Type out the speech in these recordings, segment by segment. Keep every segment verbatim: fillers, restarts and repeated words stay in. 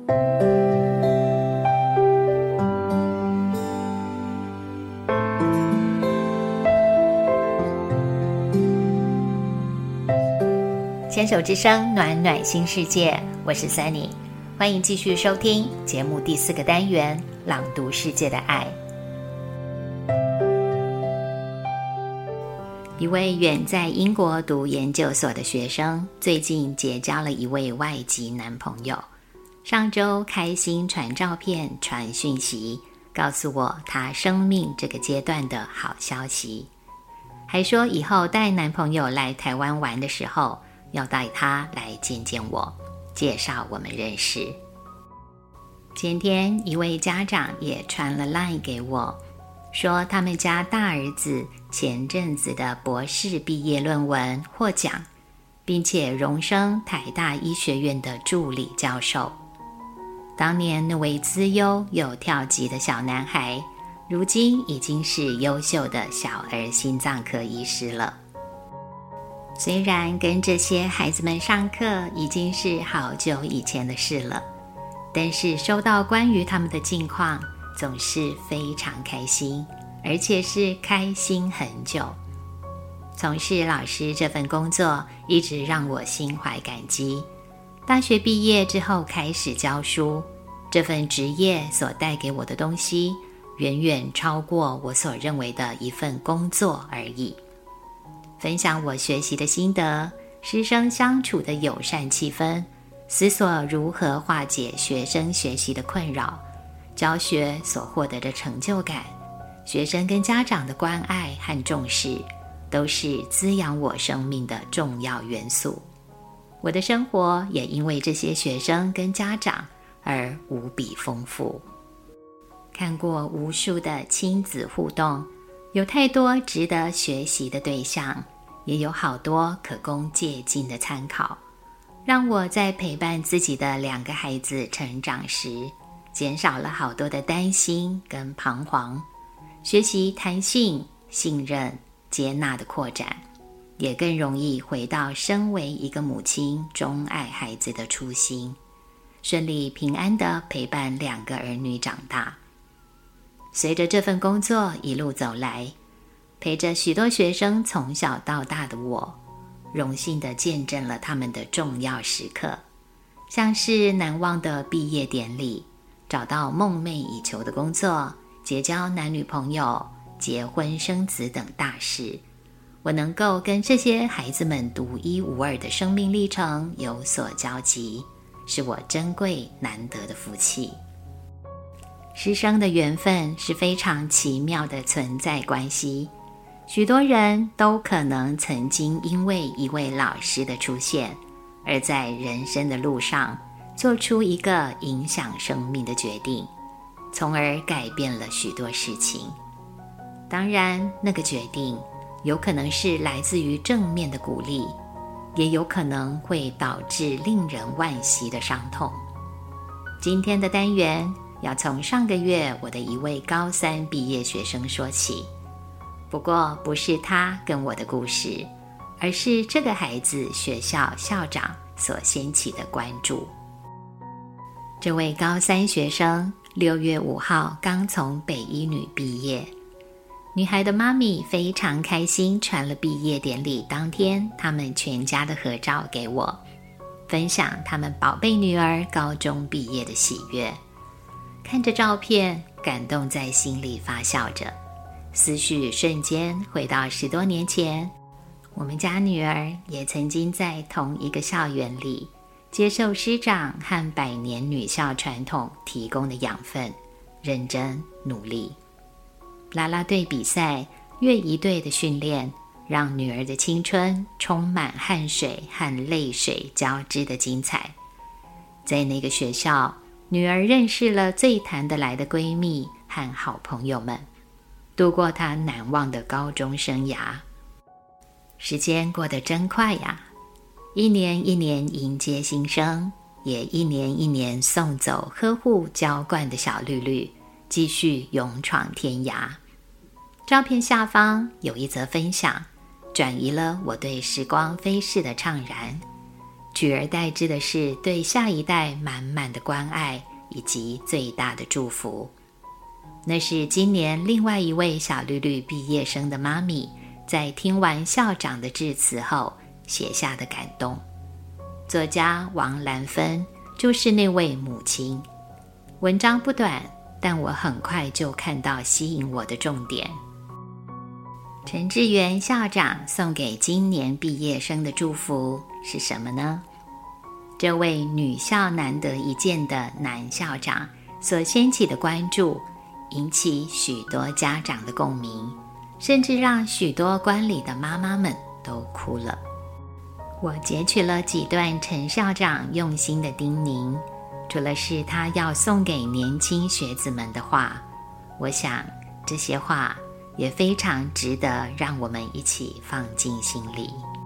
牵手之声，暖暖新世界，我是 Sunny， 欢迎继续收听节目第四个单元，朗读世界的爱。一位远在英国读研究所的学生，最近结交了一位外籍男朋友。上周开心传照片、传讯息，告诉我他生命这个阶段的好消息，还说以后带男朋友来台湾玩的时候，要带他来见见我，介绍我们认识。前天一位家长也传了 LINE 给我，说他们家大儿子前阵子的博士毕业论文获奖，并且荣升台大医学院的助理教授。当年那位资优又跳级的小男孩，如今已经是优秀的小儿心脏科医师了。虽然跟这些孩子们上课已经是好久以前的事了，但是收到关于他们的近况，总是非常开心，而且是开心很久。从事老师这份工作一直让我心怀感激。大学毕业之后开始教书，这份职业所带给我的东西，远远超过我所认为的一份工作而已。分享我学习的心得，师生相处的友善气氛，思索如何化解学生学习的困扰，教学所获得的成就感，学生跟家长的关爱和重视，都是滋养我生命的重要元素。我的生活也因为这些学生跟家长而无比丰富。看过无数的亲子互动，有太多值得学习的对象，也有好多可供借鉴的参考，让我在陪伴自己的两个孩子成长时，减少了好多的担心跟彷徨，学习弹性、信任、接纳的扩展，也更容易回到身为一个母亲钟爱孩子的初心，顺利平安地陪伴两个儿女长大。随着这份工作一路走来，陪着许多学生从小到大的我，荣幸地见证了他们的重要时刻，像是难忘的毕业典礼，找到梦寐以求的工作，结交男女朋友，结婚生子等大事。我能够跟这些孩子们独一无二的生命历程有所交集，是我珍贵难得的福气。师生的缘分是非常奇妙的存在关系，许多人都可能曾经因为一位老师的出现，而在人生的路上做出一个影响生命的决定，从而改变了许多事情。当然，那个决定有可能是来自于正面的鼓励，也有可能会导致令人惋惜的伤痛。今天的单元要从上个月我的一位高三毕业学生说起，不过不是他跟我的故事，而是这个孩子学校校长所掀起的关注。这位高三学生六月五号刚从北一女毕业，女孩的妈咪非常开心，传了毕业典礼当天他们全家的合照给我，分享他们宝贝女儿高中毕业的喜悦。看着照片，感动在心里发酵着，思绪瞬间回到十多年前，我们家女儿也曾经在同一个校园里接受师长和百年女校传统提供的养分，认真努力。啦啦队比赛、乐仪队的训练，让女儿的青春充满汗水和泪水交织的精彩。在那个学校，女儿认识了最谈得来的闺蜜和好朋友们，度过她难忘的高中生涯。时间过得真快呀，一年一年迎接新生，也一年一年送走呵护浇灌的小绿绿，继续勇闯天涯。照片下方有一则分享，转移了我对时光飞逝的怅然。 取而代之的是对下一代满满的关爱以及最大的祝福。那是今年另外一位小绿绿毕业生的妈咪在听完校长的致辞后写下的感动。作家王兰芬就是那位母亲。文章不短，但我很快就看到吸引我的重点。陈志源校长送给今年毕业生的祝福是什么呢？这位女校难得一见的男校长所掀起的关注，引起许多家长的共鸣，甚至让许多观礼的妈妈们都哭了。我截取了几段陈校长用心的叮咛，除了是他要送给年轻学子们的话，我想这些话也非常值得让我们一起放进心里。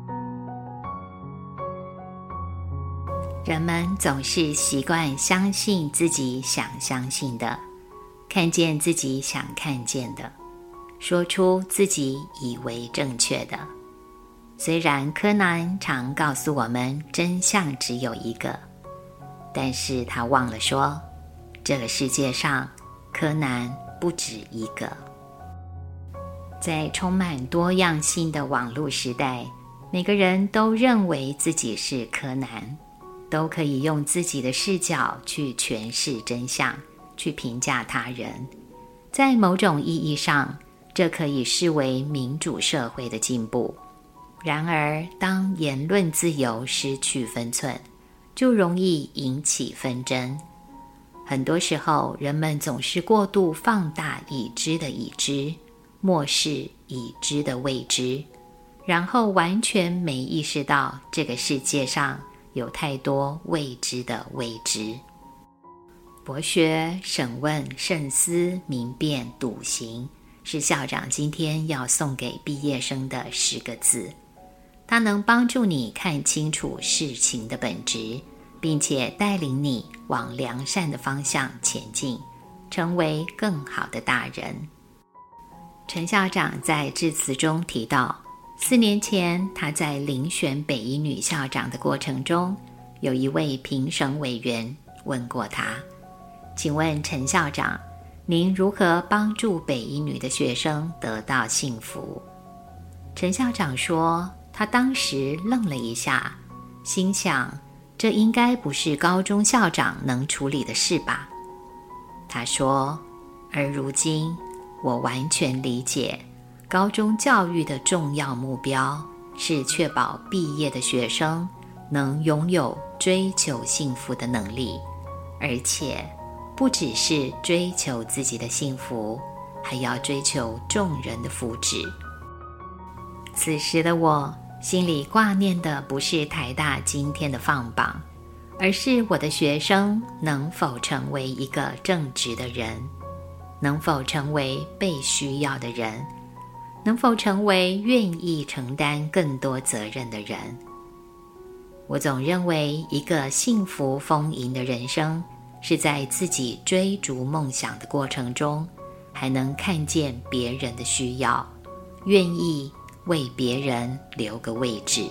人们总是习惯相信自己想相信的，看见自己想看见的，说出自己以为正确的。虽然柯南常告诉我们真相只有一个，但是他忘了说，这个世界上柯南不止一个。在充满多样性的网络时代，每个人都认为自己是柯南，都可以用自己的视角去诠释真相，去评价他人。在某种意义上，这可以视为民主社会的进步。然而，当言论自由失去分寸，就容易引起纷争。很多时候，人们总是过度放大已知的已知，漠视已知的未知，然后完全没意识到这个世界上有太多未知的未知。博学、审问、慎思、明辨、笃行，是校长今天要送给毕业生的十个字。它能帮助你看清楚事情的本质，并且带领你往良善的方向前进，成为更好的大人。陈校长在致辞中提到，四年前他在遴选北一女校长的过程中，有一位评审委员问过他，请问陈校长，您如何帮助北一女的学生得到幸福？陈校长说，他当时愣了一下，心想，这应该不是高中校长能处理的事吧。他说，而如今我完全理解，高中教育的重要目标是确保毕业的学生能拥有追求幸福的能力，而且不只是追求自己的幸福，还要追求众人的福祉。此时的我心里挂念的不是台大今天的放榜，而是我的学生能否成为一个正直的人，能否成为被需要的人，能否成为愿意承担更多责任的人。我总认为一个幸福丰盈的人生，是在自己追逐梦想的过程中，还能看见别人的需要，愿意为别人留个位置。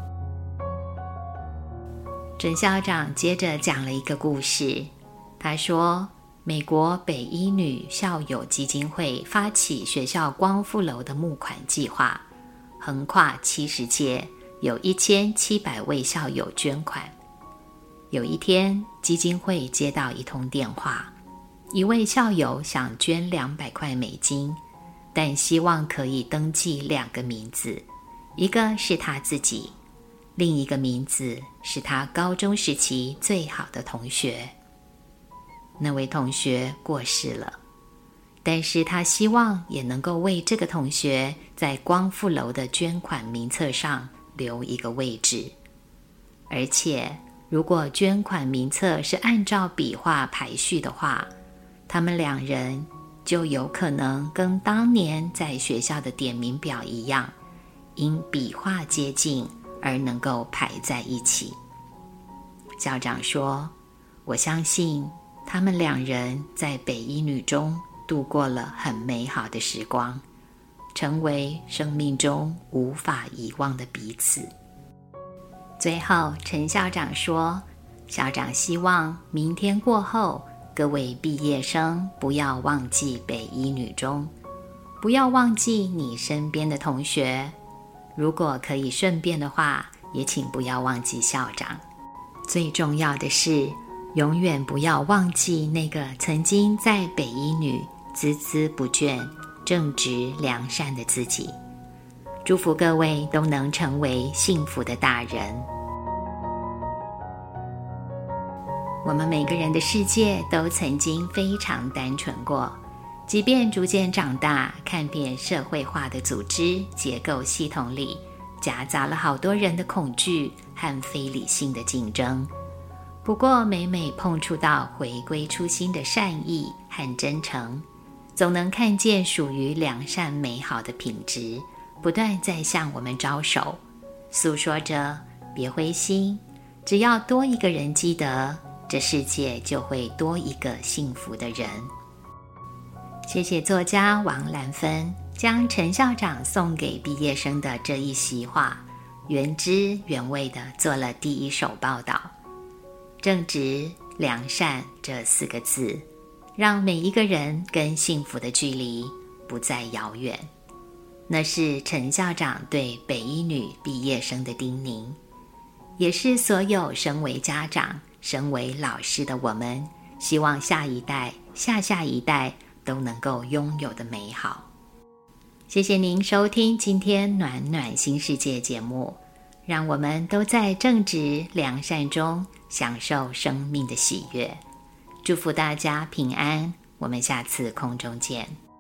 陈校长接着讲了一个故事，他说，美国北一女校友基金会发起学校光复楼的募款计划，横跨七十届，有一千七百位校友捐款。有一天，基金会接到一通电话，一位校友想捐两百块美金，但希望可以登记两个名字，一个是他自己，另一个名字是他高中时期最好的同学。那位同学过世了，但是他希望也能够为这个同学在光复楼的捐款名册上留一个位置。而且如果捐款名册是按照笔画排序的话，他们两人就有可能跟当年在学校的点名表一样，因笔画接近而能够排在一起。校长说，我相信他们两人在北一女中度过了很美好的时光，成为生命中无法遗忘的彼此。 最后，陈校长说，校长希望明天过后，各位毕业生不要忘记北一女中，不要忘记你身边的同学，如果可以顺便的话，也请不要忘记校长。最重要的是，永远不要忘记那个曾经在北一女孜孜不倦、正直良善的自己。祝福各位都能成为幸福的大人。我们每个人的世界都曾经非常单纯过，即便逐渐长大，看遍社会化的组织结构系统里夹杂了好多人的恐惧和非理性的竞争。不过每每碰触到回归初心的善意和真诚，总能看见属于良善美好的品质不断在向我们招手，诉说着别灰心，只要多一个人记得，这世界就会多一个幸福的人。谢谢作家王兰芬将陈校长送给毕业生的这一席话，原汁原味地做了第一手报道。正直良善这四个字，让每一个人跟幸福的距离不再遥远。那是陈校长对北一女毕业生的叮咛，也是所有身为家长、身为老师的我们，希望下一代、下下一代都能够拥有的美好。谢谢您收听今天暖暖新世界节目，让我们都在正直良善中享受生命的喜悦。祝福大家平安，我们下次空中见。